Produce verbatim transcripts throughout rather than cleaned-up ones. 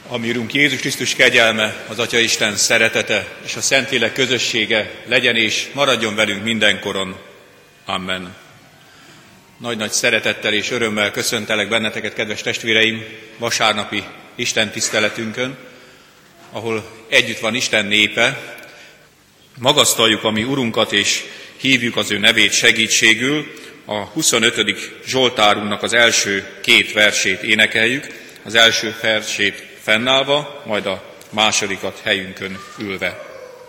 A mi Urunk Jézus Krisztus kegyelme, az Atyaisten szeretete és a Szentlélek közössége legyen és maradjon velünk mindenkoron. Amen. Nagy-nagy szeretettel és örömmel köszöntelek benneteket, kedves testvéreim, vasárnapi Isten tiszteletünkön, ahol együtt van Isten népe, magasztaljuk a mi Urunkat és hívjuk az ő nevét segítségül. A huszonötödik Zsoltárunknak az első két versét énekeljük, az első versét fennállva, majd a másodikat helyünkön ülve.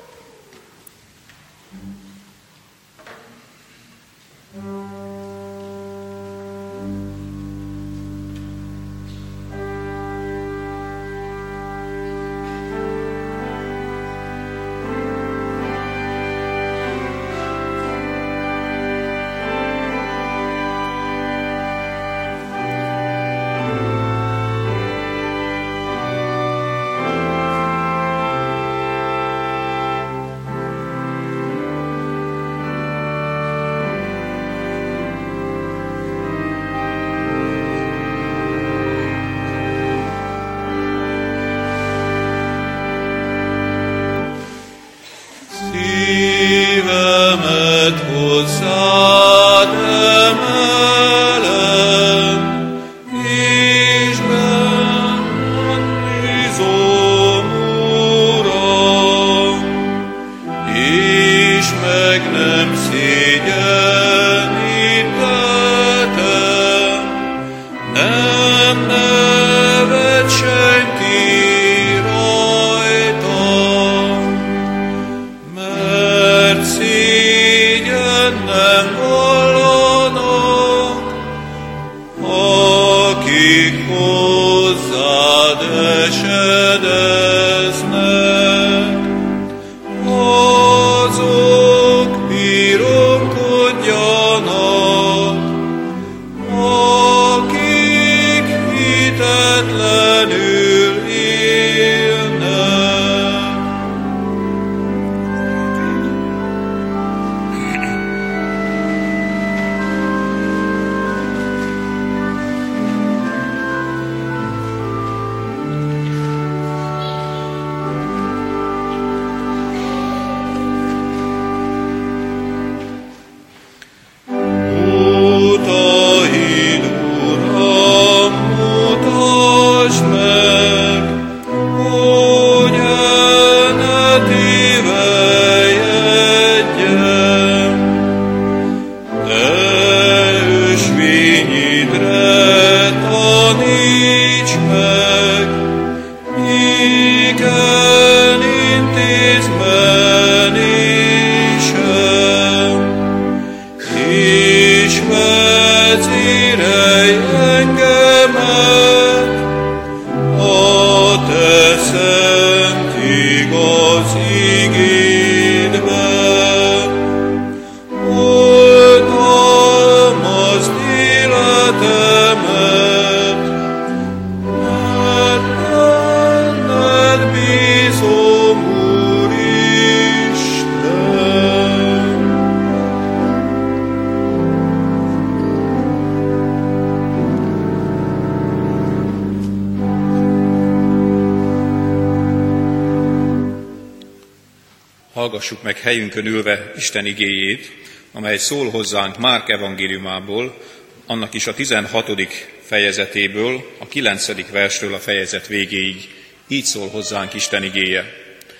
Hallgassuk meg helyünkön ülve Isten igéjét, amely szól hozzánk Márk evangéliumából, annak is a tizenhatodik fejezetéből, a kilencedik versről a fejezet végéig. Így szól hozzánk Isten igéje.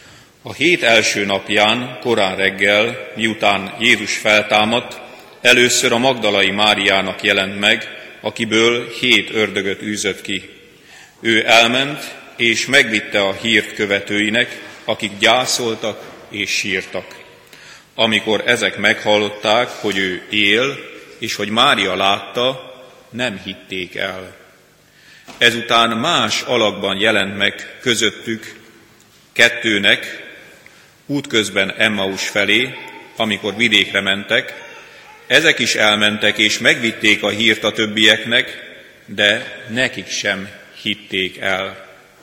A hét első napján, korán reggel, miután Jézus feltámadt, először a Magdalai Máriának jelent meg, akiből hét ördögöt űzött ki. Ő elment, és megvitte a hírt követőinek, akik gyászoltak és sírtak. Amikor ezek meghallották, hogy ő él, és hogy Mária látta, nem hitték el. Ezután más alakban jelent meg közöttük kettőnek, útközben Emmaus felé, amikor vidékre mentek. Ezek is elmentek, és megvitték a hírt a többieknek, de nekik sem hitték el.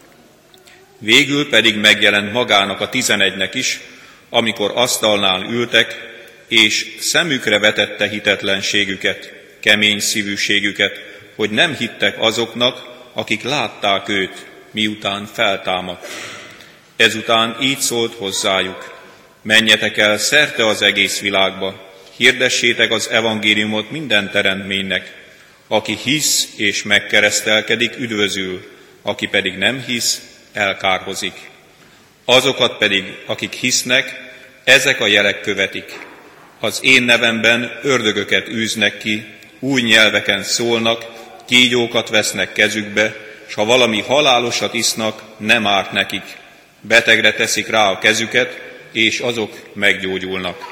Végül pedig megjelent magának a tizenegynek is, amikor asztalnál ültek, és szemükre vetette hitetlenségüket, kemény szívűségüket, hogy nem hittek azoknak, akik látták őt, miután feltámadt. Ezután így szólt hozzájuk: menjetek el szerte az egész világba, hirdessétek az evangéliumot minden teremtménynek. Aki hisz és megkeresztelkedik, üdvözül, aki pedig nem hisz, elkárhozik. Azokat pedig, akik hisznek, ezek a jelek követik. Az én nevemben ördögöket űznek ki, új nyelveken szólnak, kígyókat vesznek kezükbe, s ha valami halálosat isznak, nem árt nekik. Betegre teszik rá a kezüket, és azok meggyógyulnak.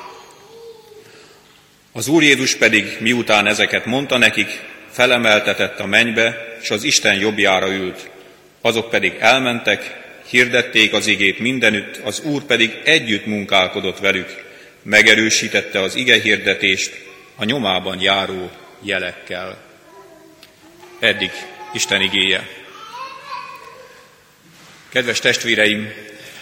Az Úr Jézus pedig, miután ezeket mondta nekik, felemeltetett a mennybe, s az Isten jobbjára ült. Azok pedig elmentek, hirdették az igét mindenütt, az Úr pedig együtt munkálkodott velük, megerősítette az ige hirdetést a nyomában járó jelekkel. Eddig Isten igéje. Kedves testvéreim,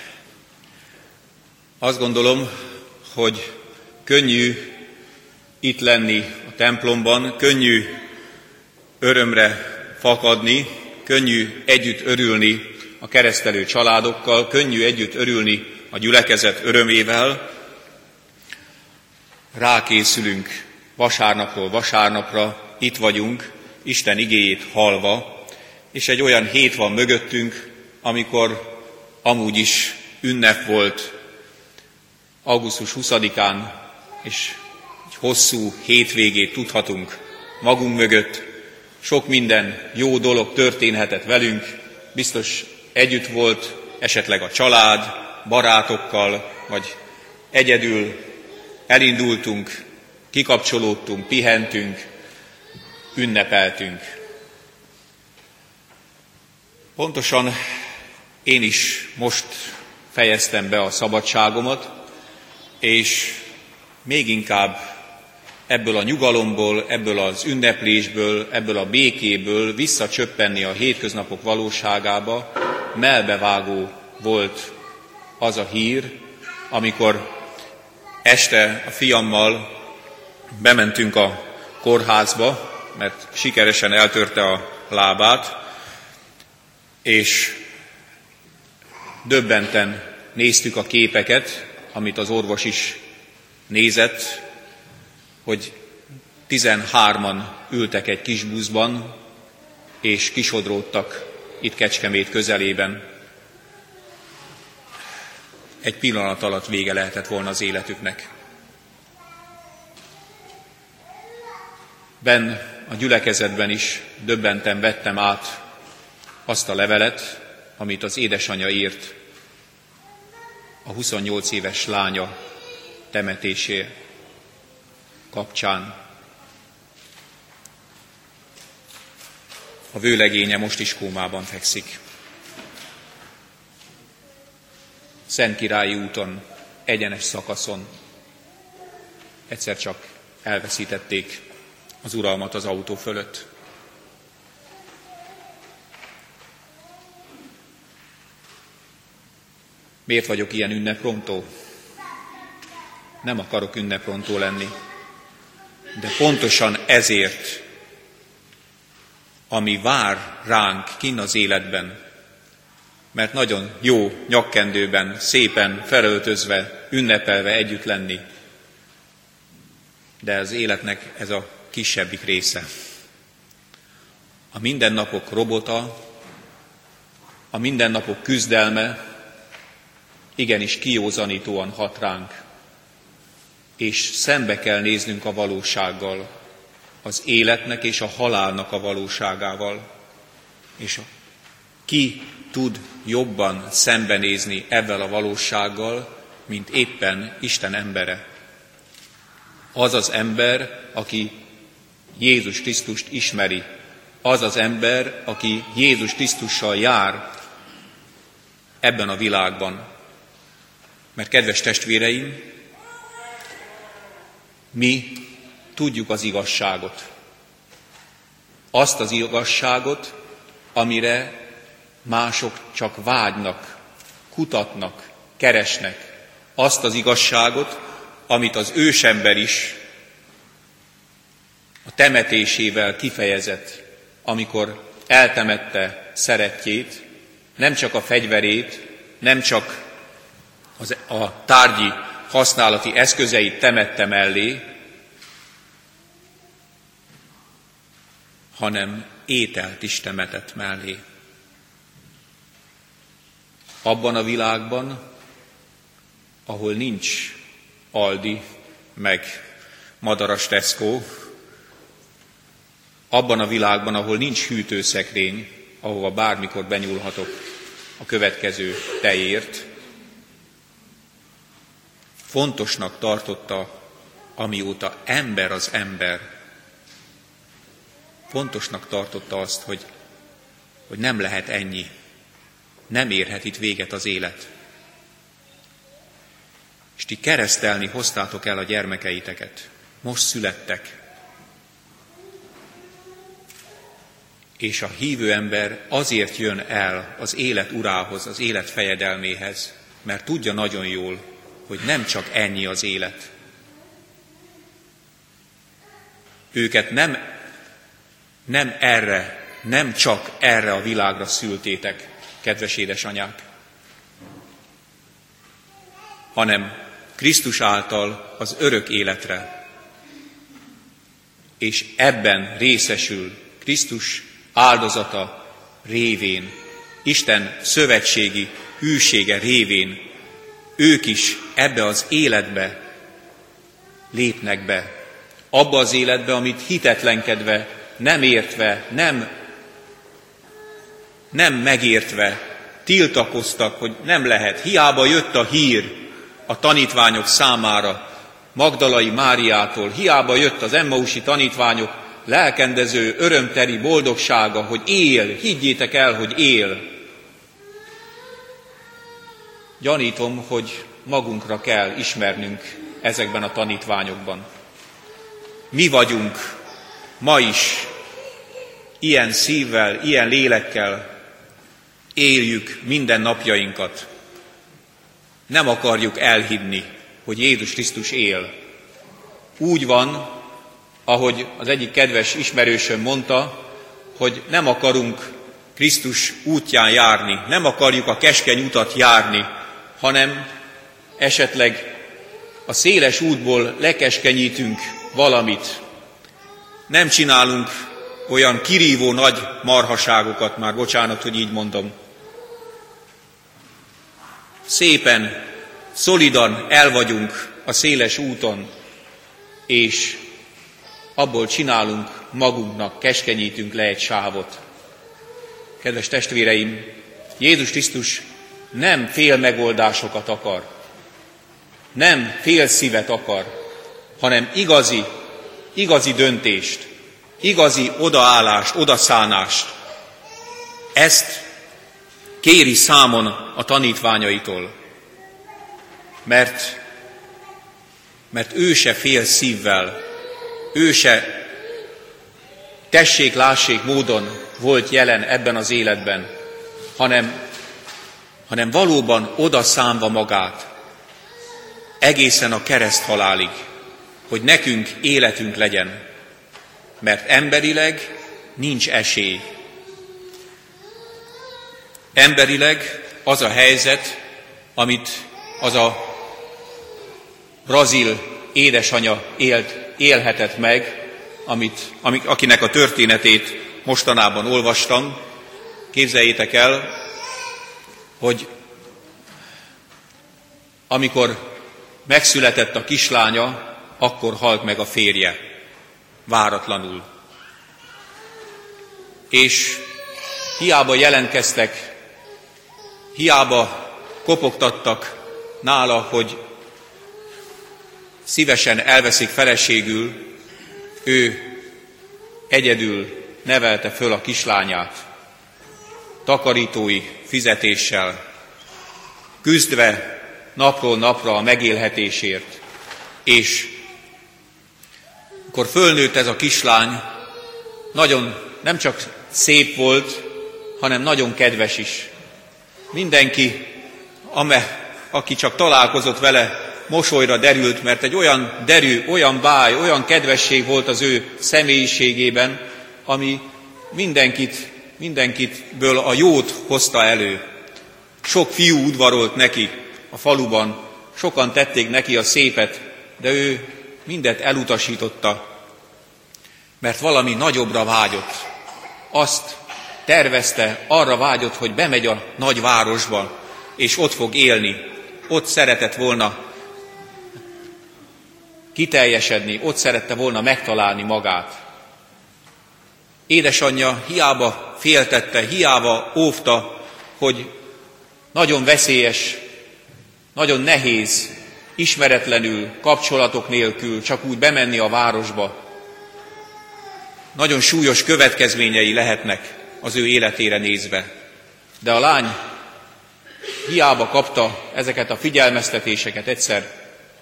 azt gondolom, hogy könnyű itt lenni a templomban, könnyű örömre fakadni, könnyű együtt örülni a keresztelő családokkal, könnyű együtt örülni a gyülekezet örömével. Rákészülünk vasárnapról vasárnapra, itt vagyunk, Isten igéjét hallva, és egy olyan hét van mögöttünk, amikor amúgy is ünnep volt augusztus huszadikán, és egy hosszú hétvégét tudhatunk magunk mögött. Sok minden jó dolog történhetett velünk, biztos együtt volt esetleg a család, barátokkal, vagy egyedül elindultunk, kikapcsolódtunk, pihentünk, ünnepeltünk. Pontosan én is most fejeztem be a szabadságomat, és még inkább ebből a nyugalomból, ebből az ünneplésből, ebből a békéből visszacsöppenni a hétköznapok valóságába, mellbevágó volt az a hír, amikor este a fiammal bementünk a kórházba, mert sikeresen eltörte a lábát, és döbbenten néztük a képeket, amit az orvos is nézett, hogy tizenhárman ültek egy kis buszban, és kisodródtak itt Kecskemét közelében. Egy pillanat alatt vége lehetett volna az életüknek. Benn a gyülekezetben is döbbenten vettem át azt a levelet, amit az édesanyja írt a huszonnyolc éves lánya temetésé kapcsán. A vőlegénye most is kómában fekszik. Szentkirályi úton, egyenes szakaszon egyszer csak elveszítették az uralmat az autó fölött. Miért vagyok ilyen ünneprontó? Nem akarok ünneprontó lenni, de pontosan ezért, ami vár ránk kinn az életben, mert nagyon jó nyakkendőben, szépen felöltözve, ünnepelve együtt lenni, de az életnek ez a kisebbik része. A mindennapok robota, a mindennapok küzdelme igenis kiózanítóan hat ránk, és szembe kell néznünk a valósággal, az életnek és a halálnak a valóságával. És a, ki tud jobban szembenézni ebben a valósággal, mint éppen Isten embere. Az az ember, aki Jézus Krisztust ismeri, az az ember, aki Jézus Krisztussal jár ebben a világban. Mert kedves testvéreim, mi tudjuk az igazságot. Azt az igazságot, amire mások csak vágynak, kutatnak, keresnek. Azt az igazságot, amit az ősember is a temetésével kifejezett, amikor eltemette szerettjét, nem csak a fegyverét, nem csak az, a tárgyi használati eszközeit temette mellé, hanem ételt is temetett mellé. Abban a világban, ahol nincs Aldi, meg madaras Tesco, abban a világban, ahol nincs hűtőszekrény, ahova bármikor benyúlhatok a következő tejért, fontosnak tartotta, amióta ember az ember, fontosnak tartotta azt, hogy, hogy nem lehet ennyi, nem érhet itt véget az élet. És ti keresztelni hoztátok el a gyermekeiteket, most születtek. És a hívő ember azért jön el az élet urához, az élet fejedelméhez, mert tudja nagyon jól, hogy nem csak ennyi az élet. Őket nem, nem erre, nem csak erre a világra szültétek, kedves édesanyák, hanem Krisztus által az örök életre. És ebben részesül Krisztus áldozata révén, Isten szövetségi hűsége révén, ők is ebbe az életbe lépnek be. Abba az életbe, amit hitetlenkedve, nem értve, nem, nem megértve tiltakoztak, hogy nem lehet. Hiába jött a hír a tanítványok számára, Magdalai Máriától, hiába jött az emmausi tanítványok lelkendező, örömteli boldogsága, hogy él, higgyétek el, hogy él. Gyanítom, hogy magunkra kell ismernünk ezekben a tanítványokban. Mi vagyunk ma is ilyen szívvel, ilyen lélekkel éljük minden napjainkat. Nem akarjuk elhinni, hogy Jézus Krisztus él. Úgy van, ahogy az egyik kedves ismerősöm mondta, hogy nem akarunk Krisztus útján járni, nem akarjuk a keskeny utat járni, hanem esetleg a széles útból lekeskenyítünk valamit. Nem csinálunk olyan kirívó nagy marhaságokat, már bocsánat, hogy így mondom. Szépen, szolidan el vagyunk a széles úton, és abból csinálunk magunknak, keskenyítünk le egy sávot. Kedves testvéreim, Jézus Krisztus nem fél megoldásokat akar, nem fél szívet akar, hanem igazi, igazi döntést, igazi odaállást, odaszánást. Ezt kéri számon a tanítványaitól, mert, mert ő se fél szívvel, ő se tessék-lássék módon volt jelen ebben az életben, hanem, hanem valóban odaszánva magát egészen a kereszthalálig, hogy nekünk életünk legyen, mert emberileg nincs esély. Emberileg az a helyzet, amit az a brazil édesanya élt, élhetett meg, amit, amik, akinek a történetét mostanában olvastam. Képzeljétek el, hogy amikor megszületett a kislánya, akkor halt meg a férje, váratlanul. És hiába jelentkeztek, hiába kopogtattak nála, hogy szívesen elveszik feleségül, ő egyedül nevelte föl a kislányát, takarítói fizetéssel, küzdve napról napra a megélhetésért, és akkor fölnőtt ez a kislány, nagyon nem csak szép volt, hanem nagyon kedves is. Mindenki, ame, aki csak találkozott vele, mosolyra derült, mert egy olyan derű, olyan báj, olyan kedvesség volt az ő személyiségében, ami mindenkit mindenkitből a jót hozta elő. Sok fiú udvarolt neki a faluban, sokan tették neki a szépet, de ő mindet elutasította, mert valami nagyobbra vágyott. Azt tervezte, arra vágyott, hogy bemegy a nagyvárosba, és ott fog élni. Ott szeretett volna kiteljesedni, ott szerette volna megtalálni magát. Édesanyja hiába féltette, hiába óvta, hogy nagyon veszélyes, nagyon nehéz, ismeretlenül, kapcsolatok nélkül csak úgy bemenni a városba. Nagyon súlyos következményei lehetnek az ő életére nézve. De a lány hiába kapta ezeket a figyelmeztetéseket, egyszer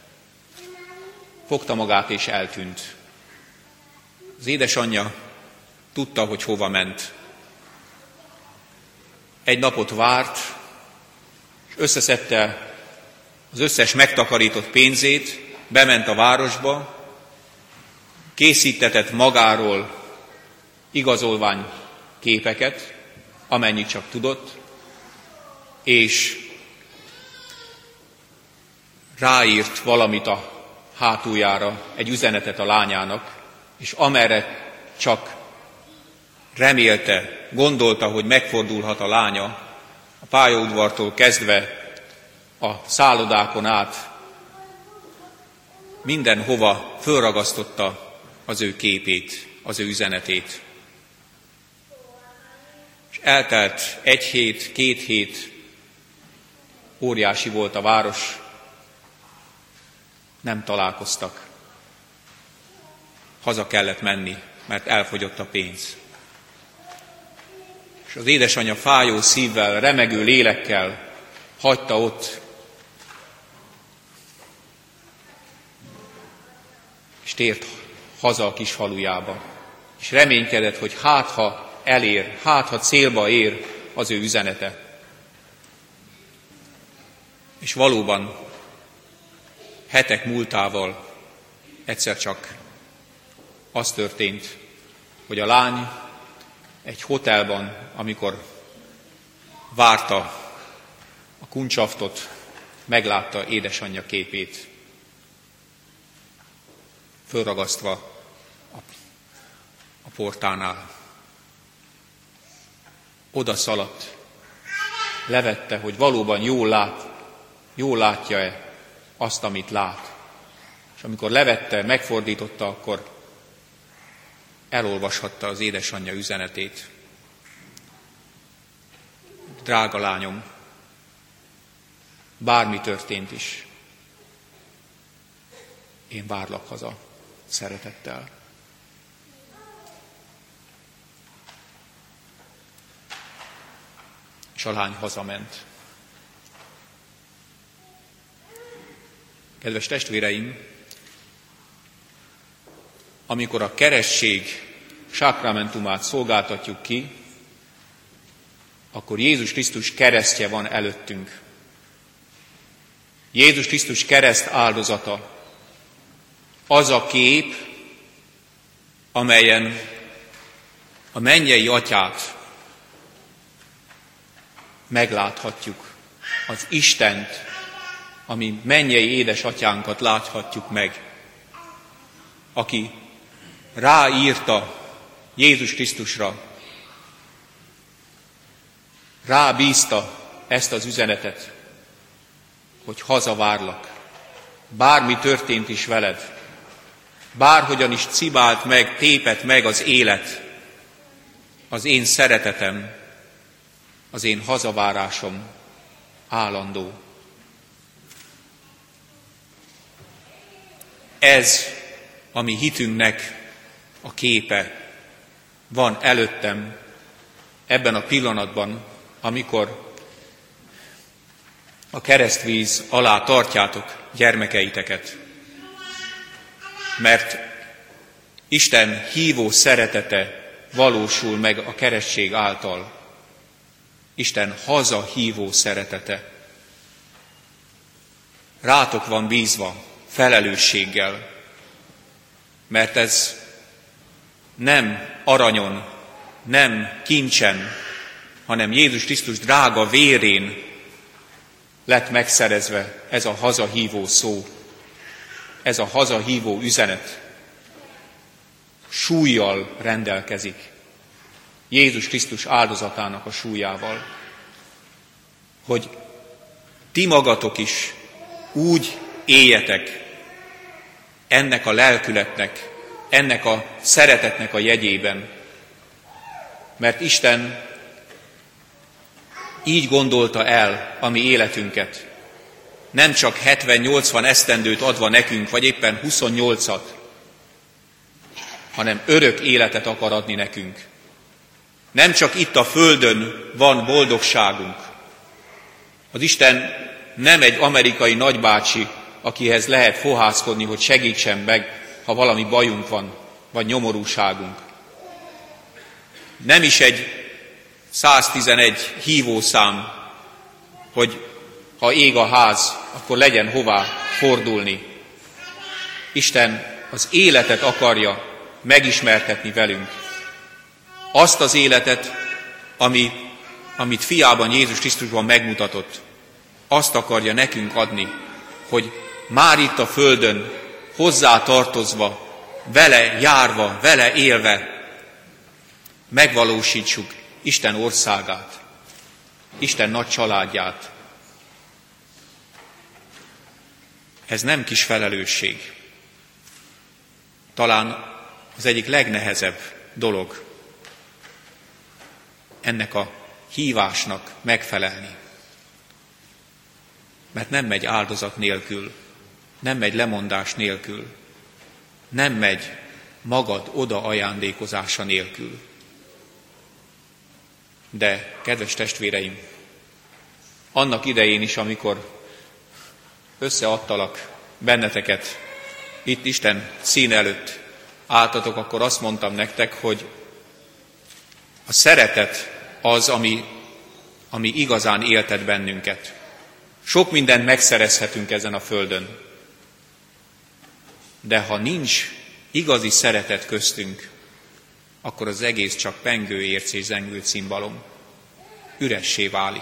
fogta magát és eltűnt. Az édesanyja tudta, hogy hova ment. Egy napot várt, és összeszedte az összes megtakarított pénzét, bement a városba, készítetett magáról igazolvány képeket, amennyit csak tudott, és ráírt valamit a hátuljára, egy üzenetet a lányának, és amerre csak remélte, gondolta, hogy megfordulhat a lánya, a pályaudvartól kezdve a szállodákon át mindenhova fölragasztotta az ő képét, az ő üzenetét. És eltelt egy hét, két hét, óriási volt a város, nem találkoztak. Haza kellett menni, mert elfogyott a pénz. És az édesanyja fájó szívvel, remegő lélekkel hagyta ott, és tért haza a kis falujába. És reménykedett, hogy hát ha elér, hát ha célba ér az ő üzenete. És valóban hetek múltával egyszer csak az történt, hogy a lány egy hotelban, amikor várta a kuncsaftot, meglátta édesanyja képét, fölragasztva a, a portánál. Oda szaladt, levette, hogy valóban jól lát, jól látja-e azt, amit lát. És amikor levette, megfordította, akkor elolvashatta az édesanyja üzenetét. Drága lányom, bármi történt is, én várlak haza szeretettel. És a lány hazament. Kedves testvéreim, amikor a keresztség sákramentumát szolgáltatjuk ki, akkor Jézus Krisztus keresztje van előttünk. Jézus Krisztus kereszt áldozata az a kép, amelyen a mennyei Atyát megláthatjuk, az Istent, ami mennyei édesatyánkat láthatjuk meg, aki ráírta Jézus Krisztusra, rábízta ezt az üzenetet, hogy hazavárlak, bármi történt is veled, bárhogyan is cibált meg, tépett meg az élet, az én szeretetem, az én hazavárásom állandó. Ez a mi hitünknek a képe van előttem ebben a pillanatban, amikor a keresztvíz alá tartjátok gyermekeiteket. Mert Isten hívó szeretete valósul meg a keresztség által. Isten haza hívó szeretete. Rátok van bízva felelősséggel, mert ez nem aranyon, nem kincsen, hanem Jézus Krisztus drága vérén lett megszerezve ez a hazahívó szó, ez a hazahívó üzenet. Súllyal rendelkezik, Jézus Krisztus áldozatának a súlyával, hogy ti magatok is úgy éljetek ennek a lelkületnek, ennek a szeretetnek a jegyében, mert Isten így gondolta el a mi életünket. Nem csak hetven-nyolcvan esztendőt adva nekünk, vagy éppen huszonnyolcat, hanem örök életet akar adni nekünk. Nem csak itt a földön van boldogságunk. Az Isten nem egy amerikai nagybácsi, akihez lehet fohászkodni, hogy segítsen meg, ha valami bajunk van, vagy nyomorúságunk. Nem is egy száztizenegy hívószám, hogy ha ég a ház, akkor legyen hová fordulni. Isten az életet akarja megismertetni velünk. Azt az életet, ami, amit fiában, Jézus Krisztusban megmutatott, azt akarja nekünk adni, hogy már itt a földön, hozzá tartozva, vele járva, vele élve, megvalósítsuk Isten országát, Isten nagy családját. Ez nem kis felelősség. Talán az egyik legnehezebb dolog ennek a hívásnak megfelelni. Mert nem megy áldozat nélkül, nem megy lemondás nélkül, nem megy magad oda ajándékozása nélkül. De, kedves testvéreim, annak idején is, amikor összeadtalak benneteket, itt Isten szín előtt álltatok, akkor azt mondtam nektek, hogy a szeretet az, ami, ami igazán éltet bennünket. Sok mindent megszerezhetünk ezen a földön, de ha nincs igazi szeretet köztünk, akkor az egész csak pengő érc és zengő cimbalom. Üressé válik.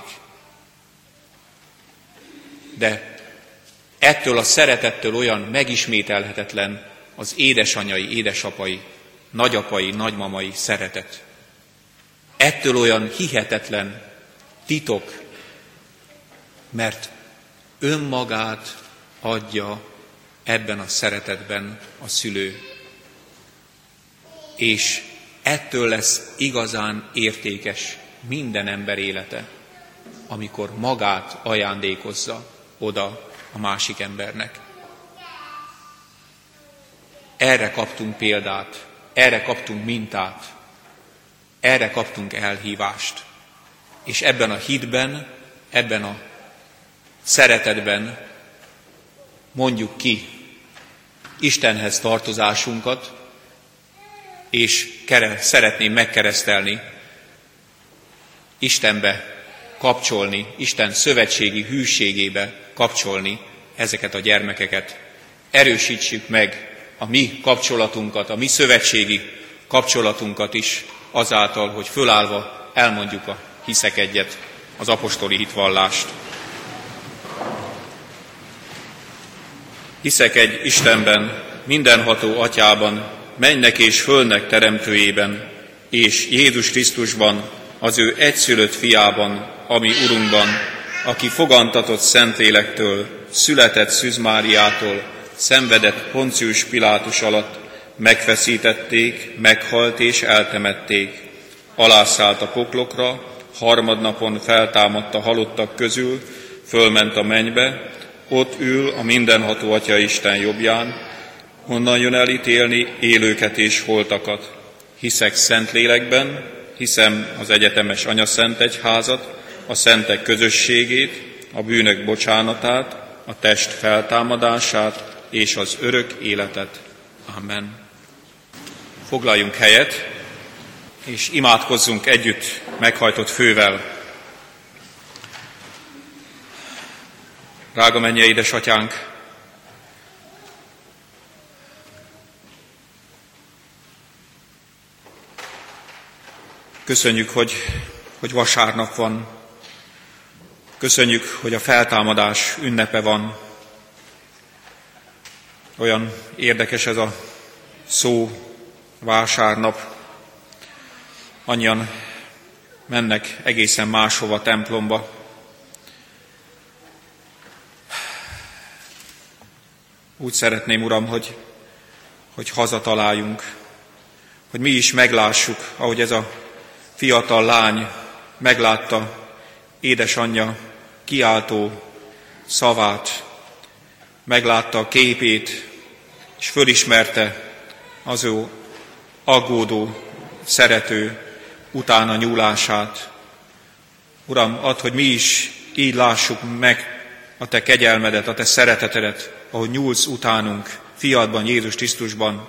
De ettől a szeretettől olyan megismételhetetlen az édesanyai, édesapai, nagyapai, nagymamai szeretet. Ettől olyan hihetetlen titok, mert önmagát adja ebben a szeretetben a szülő. És ettől lesz igazán értékes minden ember élete, amikor magát ajándékozza oda a másik embernek. Erre kaptunk példát, erre kaptunk mintát, erre kaptunk elhívást. És ebben a hitben, ebben a szeretetben mondjuk ki Istenhez tartozásunkat, és kere, szeretném megkeresztelni, Istenbe kapcsolni, Isten szövetségi hűségébe kapcsolni ezeket a gyermekeket. Erősítsük meg a mi kapcsolatunkat, a mi szövetségi kapcsolatunkat is azáltal, hogy fölállva elmondjuk a hiszek egyet, az apostoli hitvallást. Hiszek egy Istenben, mindenható Atyában, mennek és földnek teremtőjében, és Jézus Krisztusban, az ő egyszülött fiában, ami Urunkban, aki fogantatott Szentlélektől, született Szűz Máriától, szenvedett Poncius Pilátus alatt, megfeszítették, meghalt és eltemették. Alászállt a poklokra, harmadnapon feltámadt a halottak közül, fölment a mennybe, ott ül a mindenható Atya Isten jobbján, honnan jön elítélni élőket és holtakat. Hiszek Szentlélekben, hiszem az egyetemes Anyaszent Egyházat, a szentek közösségét, a bűnök bocsánatát, a test feltámadását és az örök életet. Amen. Foglaljunk helyet, és imádkozzunk együtt meghajtott fővel. Drága mennyei édesatyánk, Köszönjük, hogy, hogy vasárnap van. Köszönjük, hogy a feltámadás ünnepe van. Olyan érdekes ez a szó, vásárnap. Annyian mennek egészen máshova templomba. Úgy szeretném, Uram, hogy, hogy hazataláljunk, hogy mi is meglássuk, ahogy ez a fiatal lány meglátta édesanyja kiáltó szavát, meglátta a képét, és fölismerte az ő aggódó, szerető utána nyúlását. Uram, add, hogy mi is így lássuk meg a Te kegyelmedet, a Te szeretetedet, ahogy nyúlsz utánunk, fiadban, Jézus Krisztusban.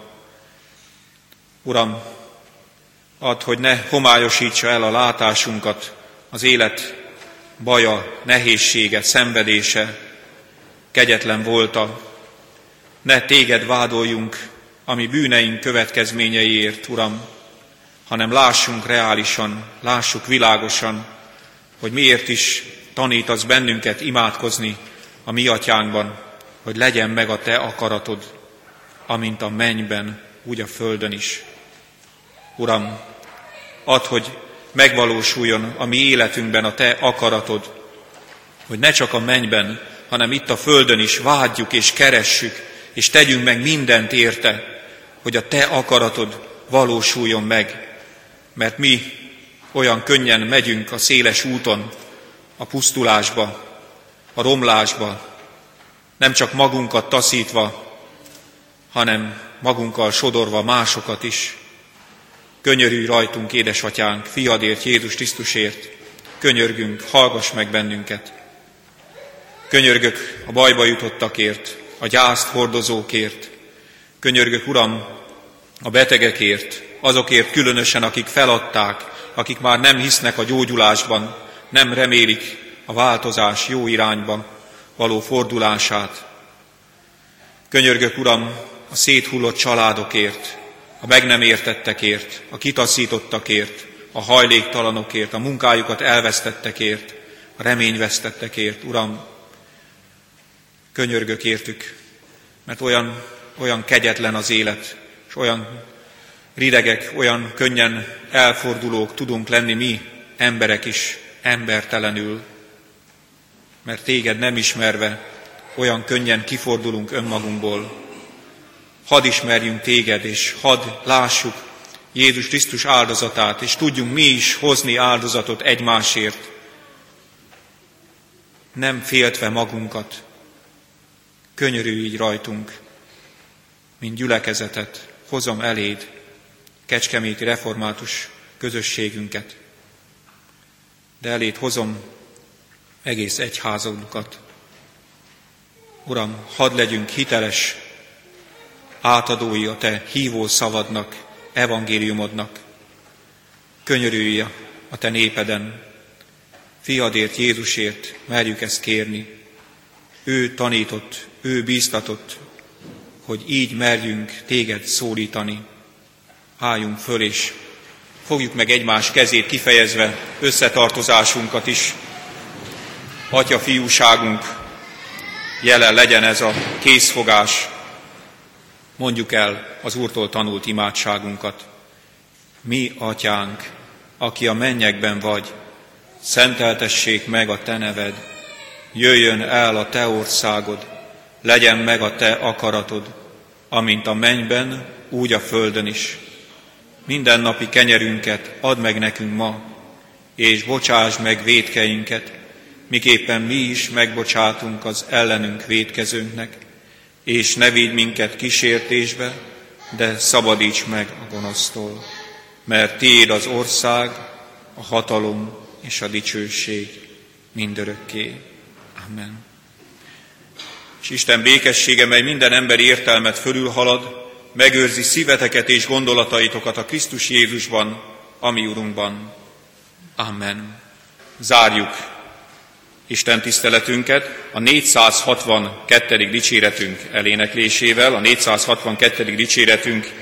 Uram, add, hogy ne homályosítsa el a látásunkat az élet baja, nehézsége, szenvedése, kegyetlen volta. Ne téged vádoljunk a mi bűneink következményeiért, Uram, hanem lássunk reálisan, lássuk világosan, hogy miért is tanítasz bennünket imádkozni a mi atyánkban, hogy legyen meg a Te akaratod, amint a mennyben, úgy a földön is. Uram, add, hogy megvalósuljon a mi életünkben a Te akaratod, hogy ne csak a mennyben, hanem itt a földön is vágyjuk és keressük, és tegyünk meg mindent érte, hogy a Te akaratod valósuljon meg, mert mi olyan könnyen megyünk a széles úton, a pusztulásba, a romlásba, nem csak magunkat taszítva, hanem magunkkal sodorva másokat is. Könyörülj rajtunk, édesatyánk, fiadért, Jézus Krisztusért, könyörgünk, hallgass meg bennünket. Könyörgök a bajba jutottakért, a gyászt hordozókért, könyörgök, Uram, a betegekért, azokért különösen, akik feladták, akik már nem hisznek a gyógyulásban, nem remélik a változás jó irányba való fordulását. Könyörgök, Uram, a széthullott családokért, a meg nem értettekért, a kitaszítottakért, a hajléktalanokért, a munkájukat elvesztettekért, a reményvesztettekért, Uram, könyörgök értük, mert olyan, olyan kegyetlen az élet, és olyan ridegek, olyan könnyen elfordulók tudunk lenni mi, emberek is, embertelenül, mert Téged nem ismerve olyan könnyen kifordulunk önmagunkból. Hadd ismerjünk Téged, és hadd lássuk Jézus Krisztus áldozatát, és tudjunk mi is hozni áldozatot egymásért, nem féltve magunkat. Könyörülj így rajtunk, mint gyülekezetet, hozom eléd kecskeméti református közösségünket, de eléd hozom egész egyházunkat. Uram, hadd legyünk hiteles átadói a Te hívó szavadnak, evangéliumodnak. Könyörülj a Te népeden, fiadért, Jézusért merjük ezt kérni. Ő tanított, ő bíztatott, hogy így merjünk Téged szólítani. Álljunk föl, és fogjuk meg egymás kezét, kifejezve összetartozásunkat is. Atya, fiúságunk, jelen legyen ez a készfogás. Mondjuk el az Úrtól tanult imádságunkat. Mi, Atyánk, aki a mennyekben vagy, szenteltessék meg a Te neved, jöjjön el a Te országod, legyen meg a Te akaratod, amint a mennyben, úgy a földön is. Mindennapi kenyerünket add meg nekünk ma, és bocsásd meg vétkeinket, miképpen mi is megbocsátunk az ellenünk vétkezőnknek, és ne vigy minket kísértésbe, de szabadíts meg a gonosztól, mert Tiéd az ország, a hatalom és a dicsőség mindörökké. Amen. És Isten békessége, mely minden emberi értelmet fölülhalad, megőrzi szíveteket és gondolataitokat a Krisztus Jézusban, a mi Urunkban. Amen. Zárjuk Isten tiszteletünket a négyszázhatvankettedik dicséretünk eléneklésével. A négyszázhatvankettedik dicséretünk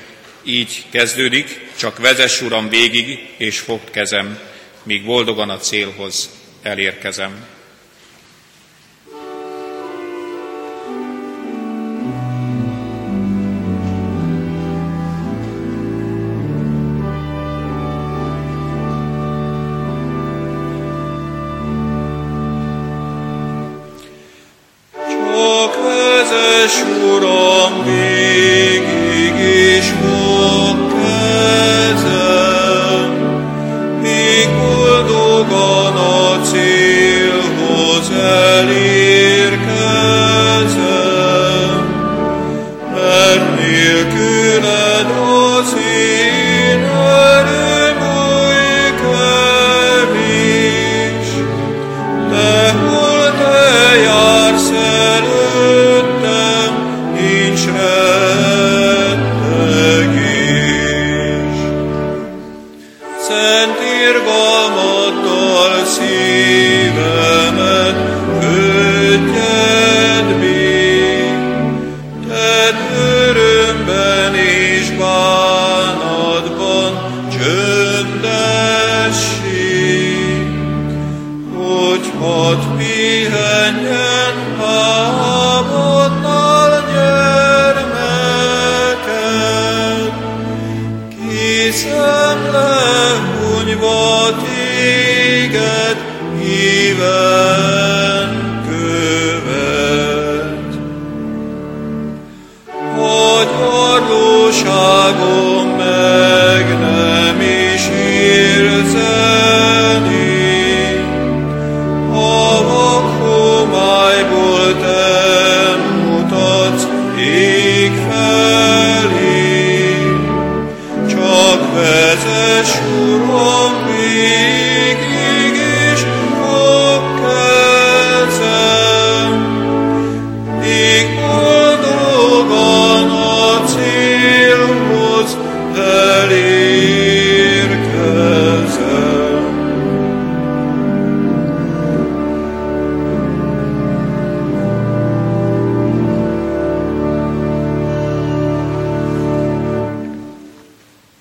Így kezdődik, csak vezess, Uram, végig, és fogd kezem, míg boldogan a célhoz elérkezem. Csak vezess, Uram, végig, és fogd kezem, míg boldogan a célhoz elérkezem, mert nélküled az én erőm oly kevés, de hol te jársz előttem, nincs rettegés. Szent irgalmaddal szívemet kötjed még, tedd örömben és bánatban csöndessé, hogy hadd pihenjen